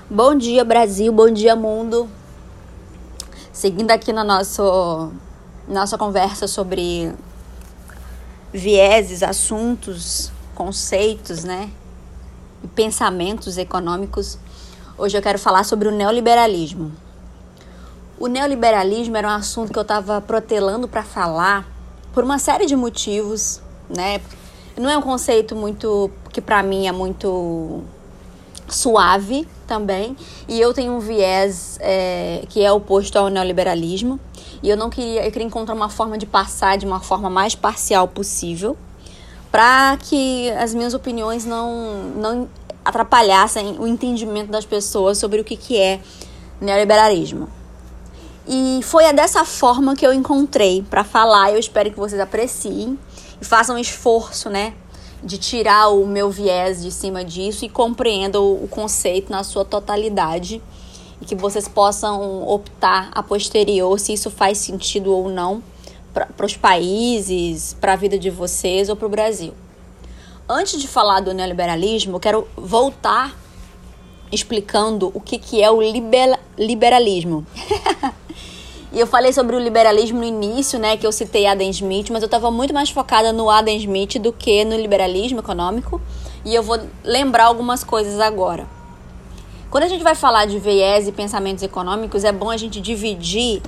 Bom dia, Brasil, bom dia, mundo. Seguindo aqui na nossa conversa sobre vieses, assuntos, conceitos, né? E pensamentos econômicos, hoje eu quero falar sobre o neoliberalismo. O neoliberalismo era um assunto que eu estava protelando para falar por uma série de motivos, né? Não é um conceito que para mim é muito suave também, e eu tenho um viés que é oposto ao neoliberalismo, e eu queria encontrar uma forma de passar de uma forma mais parcial possível, para que as minhas opiniões não atrapalhassem o entendimento das pessoas sobre o que é neoliberalismo. E foi dessa forma que eu encontrei para falar. Eu espero que vocês apreciem e façam um esforço, né, de tirar o meu viés de cima disso e compreendam o conceito na sua totalidade, e que vocês possam optar a posterior se isso faz sentido ou não para os países, para a vida de vocês ou para o Brasil. Antes de falar do neoliberalismo, eu quero voltar explicando o que é o liberalismo. E eu falei sobre o liberalismo no início, né, que eu citei Adam Smith, mas eu estava muito mais focada no Adam Smith do que no liberalismo econômico, e eu vou lembrar algumas coisas agora. Quando a gente vai falar de viés e pensamentos econômicos, é bom a gente dividir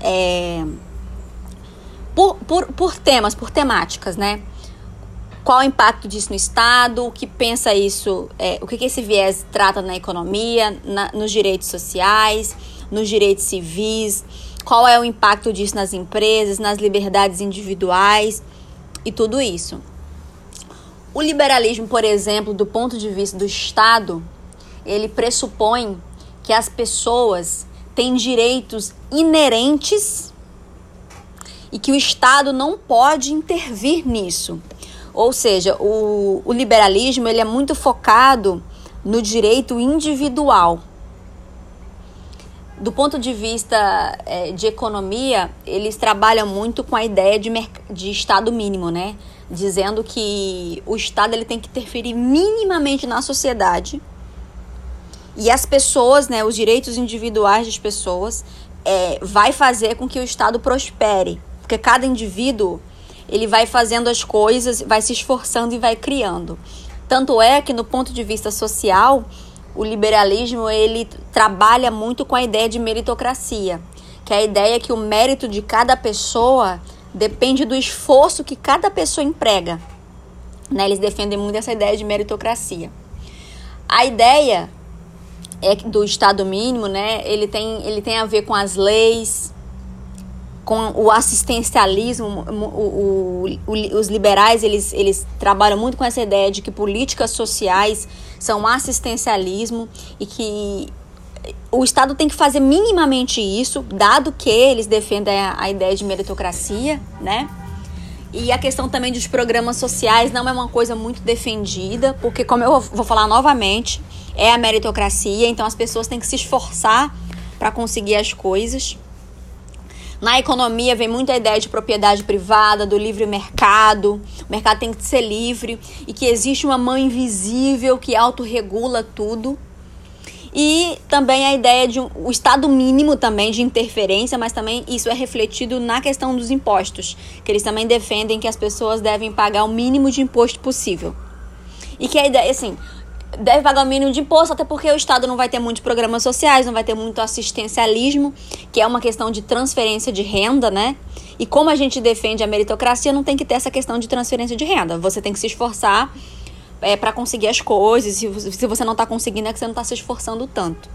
por temas, por temáticas, né? Qual o impacto disso no Estado, o que pensa isso, o que esse viés trata na economia, nos direitos sociais, nos direitos civis, qual é o impacto disso nas empresas, nas liberdades individuais e tudo isso. O liberalismo, por exemplo, do ponto de vista do Estado, ele pressupõe que as pessoas têm direitos inerentes e que o Estado não pode intervir nisso. Ou seja, o liberalismo ele é muito focado no direito individual. Do ponto de vista de economia, eles trabalham muito com a ideia de Estado mínimo, né? Dizendo que o Estado ele tem que interferir minimamente na sociedade, e as pessoas, né, os direitos individuais das pessoas vai fazer com que o Estado prospere, porque cada indivíduo ele vai fazendo as coisas, vai se esforçando e vai criando. Tanto é que, no ponto de vista social, o liberalismo ele trabalha muito com a ideia de meritocracia, que é a ideia que o mérito de cada pessoa depende do esforço que cada pessoa emprega, né? Eles defendem muito essa ideia de meritocracia. A ideia do Estado mínimo, né? Ele tem a ver com as leis, com o assistencialismo. Os liberais eles trabalham muito com essa ideia de que políticas sociais são assistencialismo e que o Estado tem que fazer minimamente isso, dado que eles defendem a ideia de meritocracia, né? E a questão também dos programas sociais não é uma coisa muito defendida, porque, como eu vou falar novamente, é a meritocracia, então as pessoas têm que se esforçar para conseguir as coisas. Na economia vem muito a ideia de propriedade privada, do livre mercado. O mercado tem que ser livre e que existe uma mão invisível que autorregula tudo. E também a ideia de o Estado mínimo também de interferência, mas também isso é refletido na questão dos impostos, que eles também defendem que as pessoas devem pagar o mínimo de imposto possível. E que a ideia, assim, deve pagar o mínimo de imposto, até porque o Estado não vai ter muitos programas sociais, não vai ter muito assistencialismo, que é uma questão de transferência de renda, né? E como a gente defende a meritocracia, não tem que ter essa questão de transferência de renda. Você tem que se esforçar para conseguir as coisas. Se você não está conseguindo, é que você não está se esforçando tanto.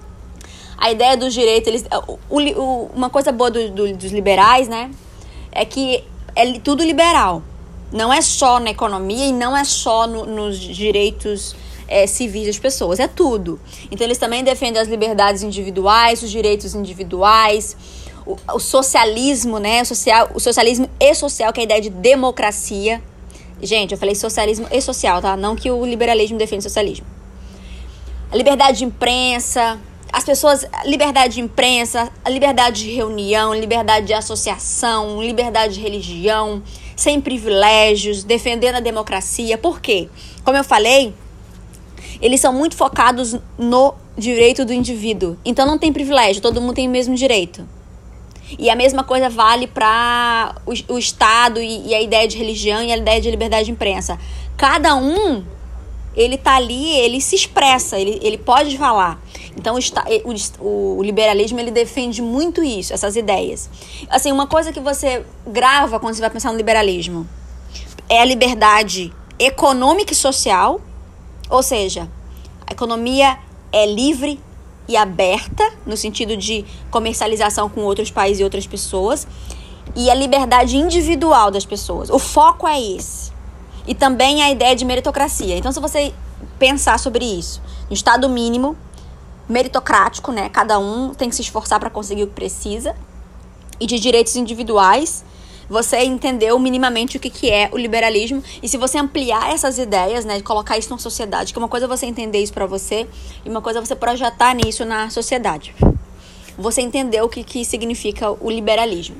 A ideia dos direitos, uma coisa boa dos liberais, né? É que é tudo liberal. Não é só na economia e não é só nos direitos civis das pessoas, é tudo. Então eles também defendem as liberdades individuais, os direitos individuais, o socialismo, né? O socialismo e social, que é a ideia de democracia. Gente, eu falei socialismo e social, tá? Não que o liberalismo defende socialismo. A liberdade de imprensa, liberdade de imprensa, a liberdade de reunião, liberdade de associação, liberdade de religião, sem privilégios, defendendo a democracia. Por quê? Como eu falei, eles são muito focados no direito do indivíduo. Então não tem privilégio, todo mundo tem o mesmo direito. E a mesma coisa vale para o Estado e a ideia de religião e a ideia de liberdade de imprensa. Cada um, ele tá ali, ele se expressa, ele pode falar. Então o liberalismo, ele defende muito isso, essas ideias. Assim, uma coisa que você grava quando você vai pensar no liberalismo é a liberdade econômica e social, ou seja, a economia é livre e aberta, no sentido de comercialização com outros países e outras pessoas, e a liberdade individual das pessoas. O foco é esse. E também a ideia de meritocracia. Então, se você pensar sobre isso, no estado mínimo, meritocrático, né? Cada um tem que se esforçar para conseguir o que precisa, e de direitos individuais, você entendeu minimamente o que é o liberalismo. E se você ampliar essas ideias, né, de colocar isso na sociedade, que uma coisa é você entender isso para você e uma coisa é você projetar nisso na sociedade. Você entendeu o que significa o liberalismo.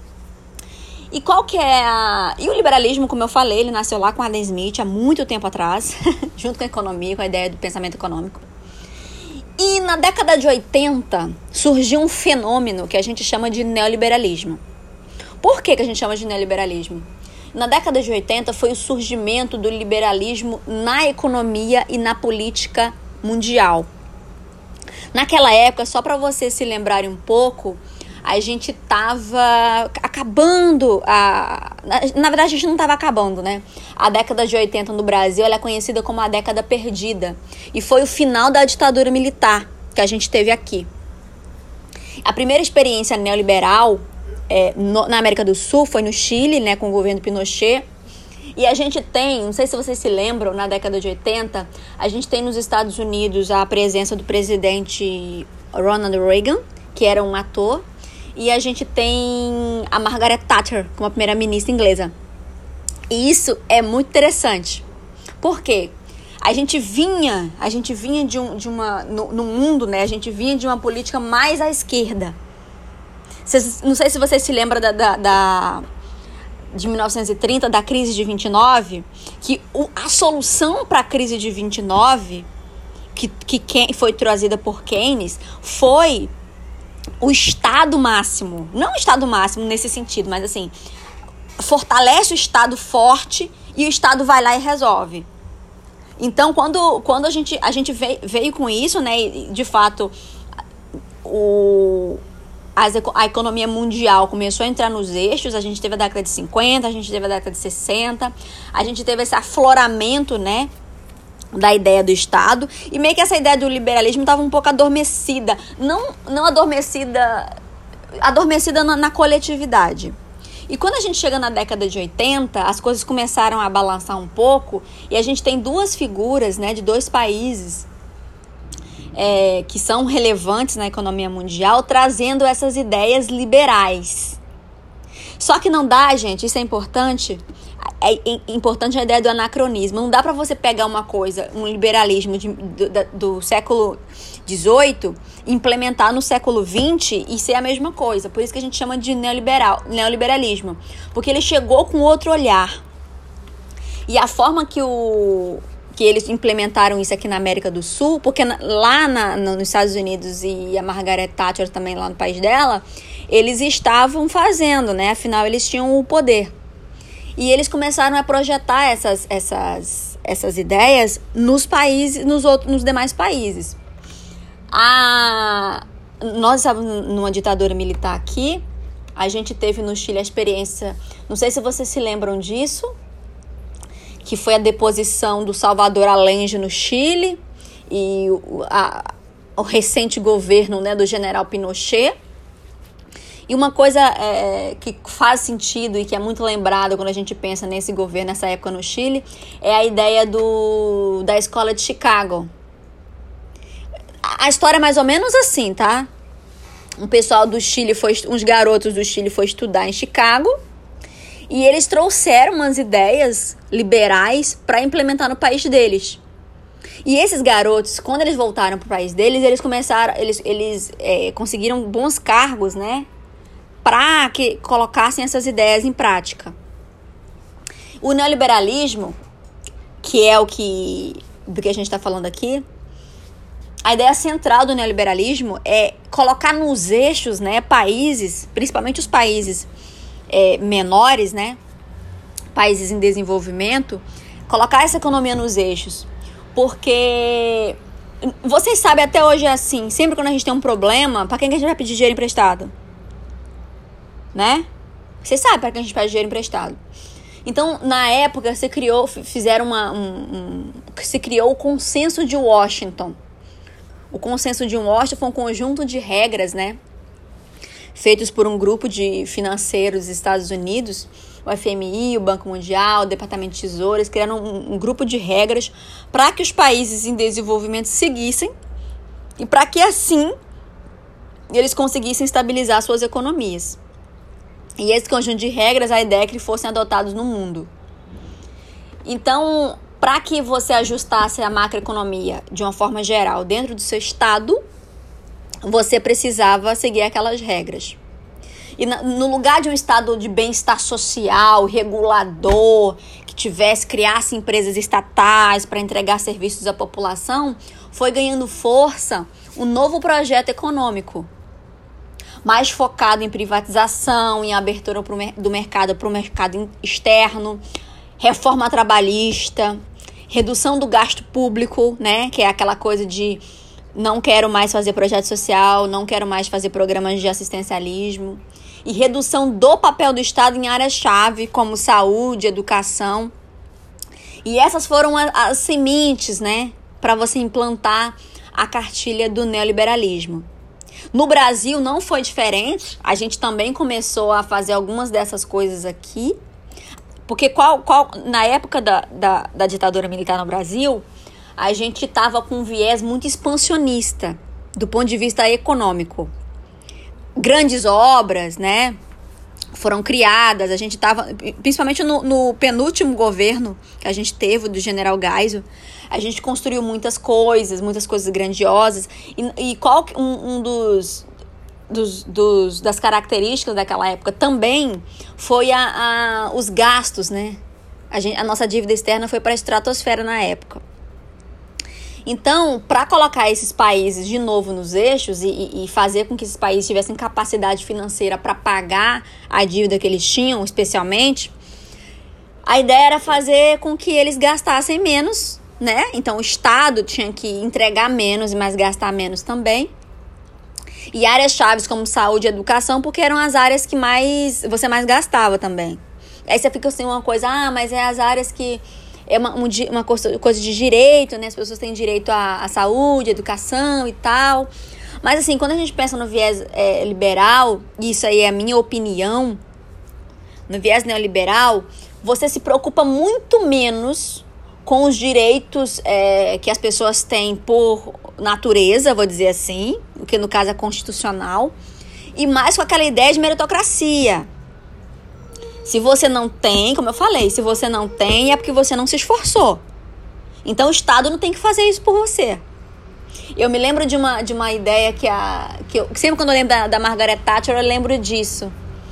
E qual que é E o liberalismo, como eu falei, ele nasceu lá com Adam Smith há muito tempo atrás, junto com a economia, com a ideia do pensamento econômico. E na década de 80 surgiu um fenômeno que a gente chama de neoliberalismo. Por que a gente chama de neoliberalismo? Na década de 80 foi o surgimento do liberalismo na economia e na política mundial. Naquela época, só para vocês se lembrarem um pouco, a gente estava acabando, na verdade a gente não estava acabando, né? A década de 80 no Brasil, ela é conhecida como a década perdida. E foi o final da ditadura militar que a gente teve aqui. A primeira experiência neoliberal na América do Sul foi no Chile, né, com o governo Pinochet. E a gente tem, não sei se vocês se lembram, na década de 80, a gente tem nos Estados Unidos a presença do presidente Ronald Reagan, que era um ator, e a gente tem a Margaret Thatcher como a primeira-ministra inglesa. E isso é muito interessante. Por quê? A gente vinha no mundo, né? A gente vinha de uma política mais à esquerda. Não sei se vocês se lembram de 1930, da crise de 29, que a solução para a crise de 29, que foi trazida por Keynes, foi o Estado máximo. Não o Estado máximo nesse sentido, mas assim, fortalece o Estado forte e o Estado vai lá e resolve. Então, quando a gente veio com isso, né, de fato, a economia mundial começou a entrar nos eixos. A gente teve a década de 50, a gente teve a década de 60, a gente teve esse afloramento, né, da ideia do Estado, e meio que essa ideia do liberalismo estava um pouco adormecida, não adormecida na coletividade. E quando a gente chega na década de 80, as coisas começaram a balançar um pouco, e a gente tem duas figuras, né, de dois países que são relevantes na economia mundial, trazendo essas ideias liberais. Só que não dá, gente, isso é importante. É importante a ideia do anacronismo. Não dá para você pegar uma coisa, um liberalismo do século XVIII, implementar no século XX e ser a mesma coisa. Por isso que a gente chama de neoliberalismo. Porque ele chegou com outro olhar. E a forma que eles implementaram isso aqui na América do Sul, porque lá nos Estados Unidos, e a Margaret Thatcher também lá no país dela, eles estavam fazendo, né? Afinal, eles tinham o poder. E eles começaram a projetar essas ideias nos países, nos demais países. Nós estávamos numa ditadura militar aqui. A gente teve no Chile a experiência, não sei se vocês se lembram disso, que foi a deposição do Salvador Allende no Chile e o recente governo, né, do general Pinochet. E uma coisa que faz sentido e que é muito lembrado quando a gente pensa nesse governo, nessa época no Chile, é a ideia da escola de Chicago. A história é mais ou menos assim, tá? Uns garotos do Chile foram estudar em Chicago e eles trouxeram umas ideias liberais para implementar no país deles. E esses garotos, quando eles voltaram para o país deles, eles conseguiram bons cargos, né, para que colocassem essas ideias em prática. O neoliberalismo, que é do que a gente está falando aqui, a ideia central do neoliberalismo é colocar nos eixos, né, países, principalmente os países menores, né, países em desenvolvimento, colocar essa economia nos eixos. Porque vocês sabem, até hoje é assim, sempre quando a gente tem um problema, para quem que a gente vai pedir dinheiro emprestado? Né? Vocês sabem para quem a gente pede dinheiro emprestado. Então, na época, se criou o Consenso de Washington. O Consenso de Washington foi um conjunto de regras, né, feitos por um grupo de financeiros dos Estados Unidos, o FMI, o Banco Mundial, o Departamento de Tesouro. Eles criaram um grupo de regras para que os países em desenvolvimento seguissem e para que, assim, eles conseguissem estabilizar suas economias. E esse conjunto de regras, a ideia é que fossem adotados no mundo. Então, para que você ajustasse a macroeconomia de uma forma geral dentro do seu estado, você precisava seguir aquelas regras. E no lugar de um estado de bem-estar social, regulador, que criasse empresas estatais para entregar serviços à população, foi ganhando força um novo projeto econômico, mais focado em privatização, em abertura do mercado para o mercado externo, reforma trabalhista, redução do gasto público, né, que é aquela coisa de não quero mais fazer projeto social, não quero mais fazer programas de assistencialismo, e redução do papel do Estado em áreas-chave, como saúde, educação. E essas foram as sementes, né, para você implantar a cartilha do neoliberalismo. No Brasil não foi diferente, a gente também começou a fazer algumas dessas coisas aqui, porque na época da ditadura militar no Brasil, a gente estava com um viés muito expansionista, do ponto de vista econômico. Grandes obras, né, foram criadas, a gente estava, principalmente no penúltimo governo que a gente teve, do General Geisel, a gente construiu muitas coisas grandiosas, e qual das características daquela época também foi os gastos, né? A nossa dívida externa foi para a estratosfera na época. Então, para colocar esses países de novo nos eixos e fazer com que esses países tivessem capacidade financeira para pagar a dívida que eles tinham, especialmente, a ideia era fazer com que eles gastassem menos, né? Então, o Estado tinha que entregar menos, mas gastar menos também. E áreas-chave como saúde e educação, porque eram as áreas que você mais gastava também. Aí você fica assim, uma coisa, mas é as áreas que é uma coisa de direito, né? As pessoas têm direito à saúde, à educação e tal. Mas assim, quando a gente pensa no viés liberal, e isso aí é a minha opinião, no viés neoliberal, você se preocupa muito menos com os direitos que as pessoas têm por natureza, vou dizer assim, o que no caso é constitucional, e mais com aquela ideia de meritocracia. Se você não tem, como eu falei, se você não tem é porque você não se esforçou. Então o Estado não tem que fazer isso por você. Eu me lembro de uma ideia que sempre quando eu lembro da Margaret Thatcher, eu lembro disso.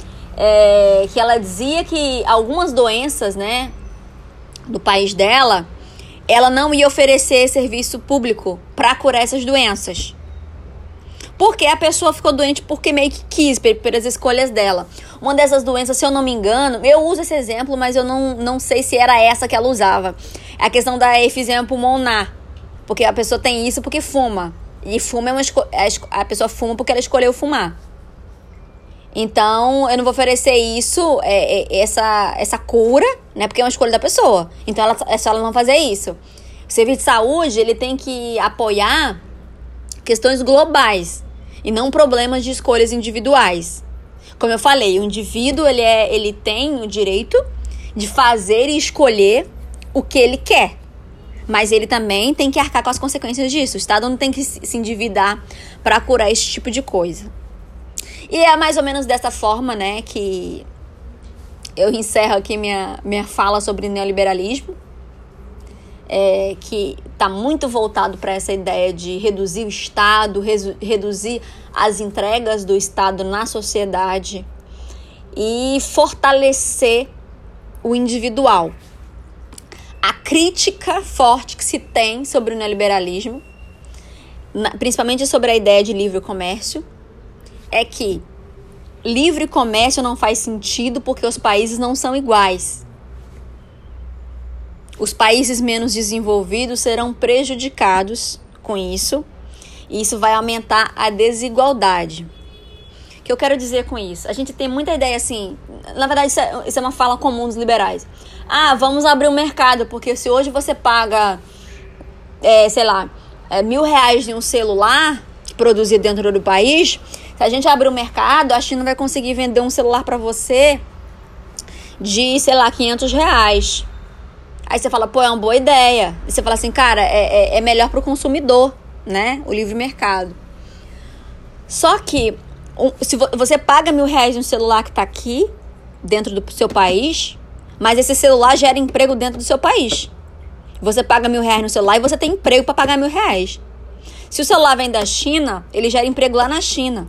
Que ela dizia que algumas doenças, né, do país dela, ela não ia oferecer serviço público para curar essas doenças. Porque a pessoa ficou doente porque meio que quis, pelas escolhas dela. Uma dessas doenças, se eu não me engano, eu uso esse exemplo, mas eu não sei se era essa que ela usava. É a questão da efizema pulmonar. Porque a pessoa tem isso porque fuma. E fuma a pessoa fuma porque ela escolheu fumar. Então, eu não vou oferecer essa cura, né? Porque é uma escolha da pessoa. Então, é só ela não fazer isso. O serviço de saúde, ele tem que apoiar questões globais e não problemas de escolhas individuais. Como eu falei, o indivíduo ele tem o direito de fazer e escolher o que ele quer, mas ele também tem que arcar com as consequências disso. O Estado não tem que se endividar para curar esse tipo de coisa. E é mais ou menos dessa forma, né, que eu encerro aqui minha fala sobre neoliberalismo. Que está muito voltado para essa ideia de reduzir o Estado, reduzir as entregas do Estado na sociedade e fortalecer o individual. A crítica forte que se tem sobre o neoliberalismo principalmente sobre a ideia de livre comércio, é que livre comércio não faz sentido porque os países não são iguais. Os países menos desenvolvidos serão prejudicados com isso, e isso vai aumentar a desigualdade. O que eu quero dizer com isso? A gente tem muita ideia assim, na verdade isso é uma fala comum dos liberais. Vamos abrir o mercado, porque se hoje você paga, R$1.000 de um celular produzido dentro do país, se a gente abrir o mercado, a China vai conseguir vender um celular para você de, R$500. Aí você fala, é uma boa ideia. E você fala assim, cara, é melhor para o consumidor, né? O livre mercado. Só que, se você paga R$1.000 de um celular que está aqui, dentro do seu país, mas esse celular gera emprego dentro do seu país. Você paga R$1.000 no celular e você tem emprego para pagar R$1.000. Se o celular vem da China, ele gera emprego lá na China.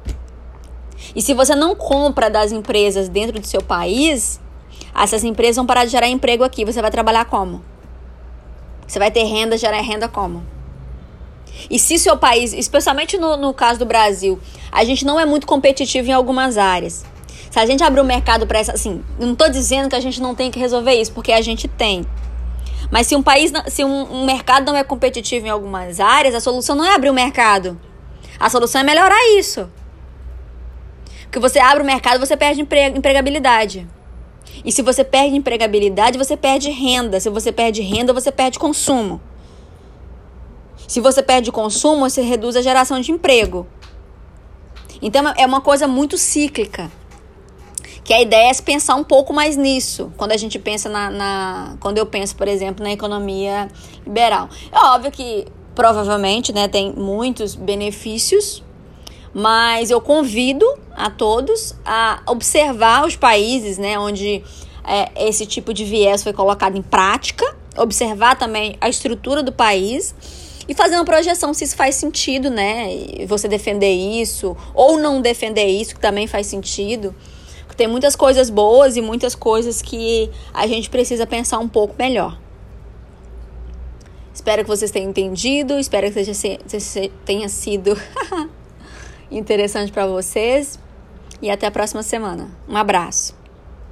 E se você não compra das empresas dentro do seu país, essas empresas vão parar de gerar emprego aqui. Você vai trabalhar como? Você vai ter renda, gerar renda como? E se seu país, especialmente no caso do Brasil, a gente não é muito competitivo em algumas áreas. Se a gente abrir o mercado para essa... Assim, eu não estou dizendo que a gente não tem que resolver isso, porque a gente tem. Mas se um mercado não é competitivo em algumas áreas, a solução não é abrir o mercado. A solução é melhorar isso. Porque você abre o mercado, você perde empregabilidade. E se você perde empregabilidade, você perde renda. Se você perde renda, você perde consumo. Se você perde consumo, você reduz a geração de emprego. Então é uma coisa muito cíclica. Que a ideia é se pensar um pouco mais nisso. Quando a gente pensa quando eu penso, por exemplo, na economia liberal. É óbvio que, provavelmente, né, tem muitos benefícios, mas eu convido a todos a observar os países, né, onde esse tipo de viés foi colocado em prática, observar também a estrutura do país e fazer uma projeção se isso faz sentido, né? Você defender isso ou não defender isso, que também faz sentido. Tem muitas coisas boas e muitas coisas que a gente precisa pensar um pouco melhor. Espero que vocês tenham entendido, espero que tenha sido interessante para vocês e até a próxima semana. Um abraço.